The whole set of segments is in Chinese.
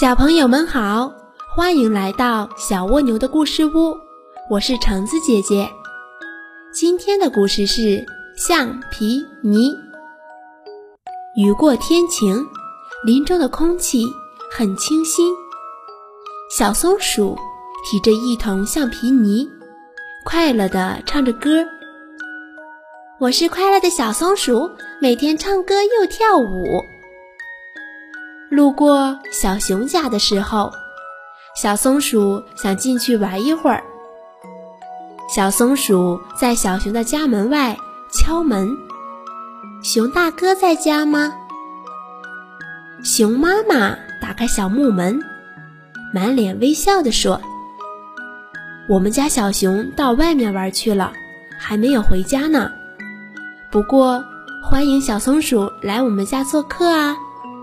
小朋友们好，欢迎来到小蜗牛的故事屋，我是橙子姐姐。今天的故事是橡皮泥。雨过天晴，林中的空气很清新。小松鼠提着一桶橡皮泥，快乐地唱着歌。我是快乐的小松鼠，每天唱歌又跳舞。路过小熊家的时候，小松鼠想进去玩一会儿。小松鼠在小熊的家门外敲门，熊大哥在家吗？熊妈妈打开小木门，满脸微笑地说：我们家小熊到外面玩去了，还没有回家呢。不过欢迎小松鼠来我们家做客啊。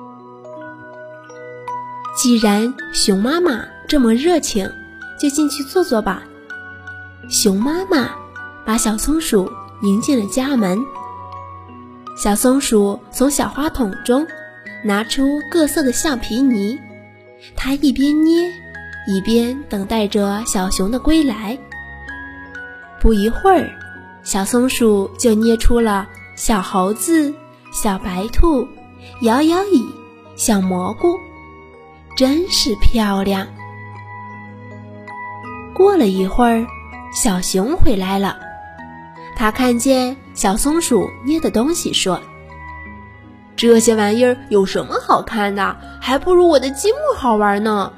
既然熊妈妈这么热情，就进去坐坐吧。熊妈妈把小松鼠迎进了家门。小松鼠从小花桶中拿出各色的橡皮泥，它一边捏一边等待着小熊的归来。不一会儿，小松鼠就捏出了小猴子、小白兔、摇摇椅、小蘑菇，真是漂亮。过了一会儿，小熊回来了，他看见小松鼠捏的东西，说：这些玩意儿有什么好看的，还不如我的积木好玩呢。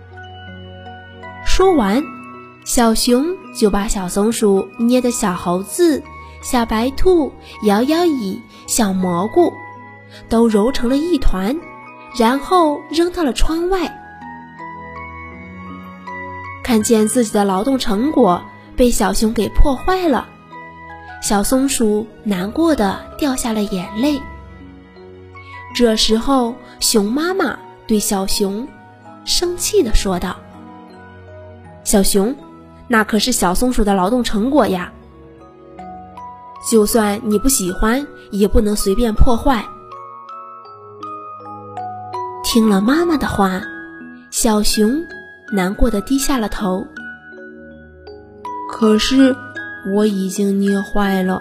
说完，小熊就把小松鼠捏的小猴子、小白兔、摇摇椅、小蘑菇都揉成了一团，然后扔到了窗外。看见自己的劳动成果被小熊给破坏了，小松鼠难过地掉下了眼泪。这时候，熊妈妈对小熊生气地说道：小熊，那可是小松鼠的劳动成果呀，就算你不喜欢，也不能随便破坏。听了妈妈的话，小熊难过地低下了头。可是我已经捏坏了。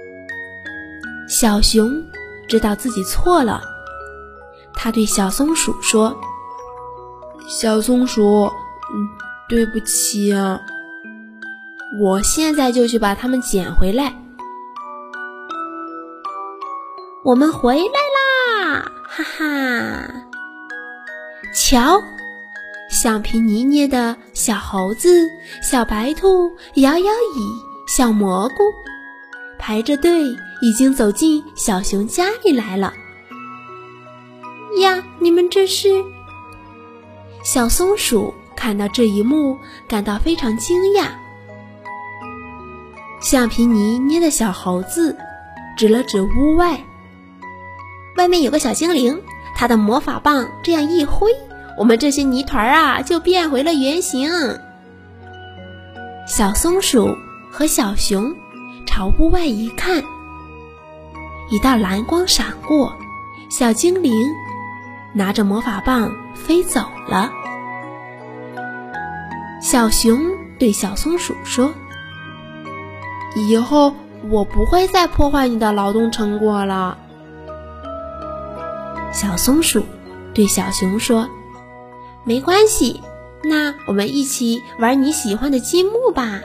小熊知道自己错了，他对小松鼠说：小松鼠，对不起啊，我现在就去把它们捡回来。我们回来啦，哈哈！瞧，橡皮泥捏的小猴子、小白兔、摇摇椅、小蘑菇排着队已经走进小熊家里来了。呀，你们这是？小松鼠看到这一幕，感到非常惊讶。橡皮泥捏的小猴子指了指屋外，外面有个小精灵，他的魔法棒这样一挥，我们这些泥团啊就变回了原形。小松鼠和小熊朝屋外一看，一道蓝光闪过，小精灵拿着魔法棒飞走了。小熊对小松鼠说：以后我不会再破坏你的劳动成果了。小松鼠对小熊说：没关系，那我们一起玩你喜欢的积木吧。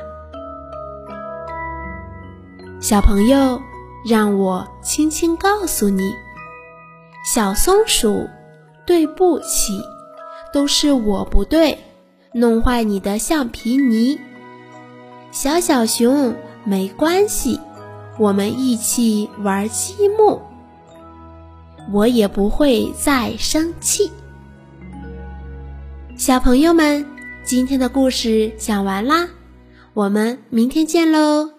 小朋友，让我轻轻告诉你，小松鼠，对不起，都是我不对，弄坏你的橡皮泥。小小熊，没关系，我们一起玩积木，我也不会再生气。小朋友们，今天的故事讲完啦，我们明天见喽。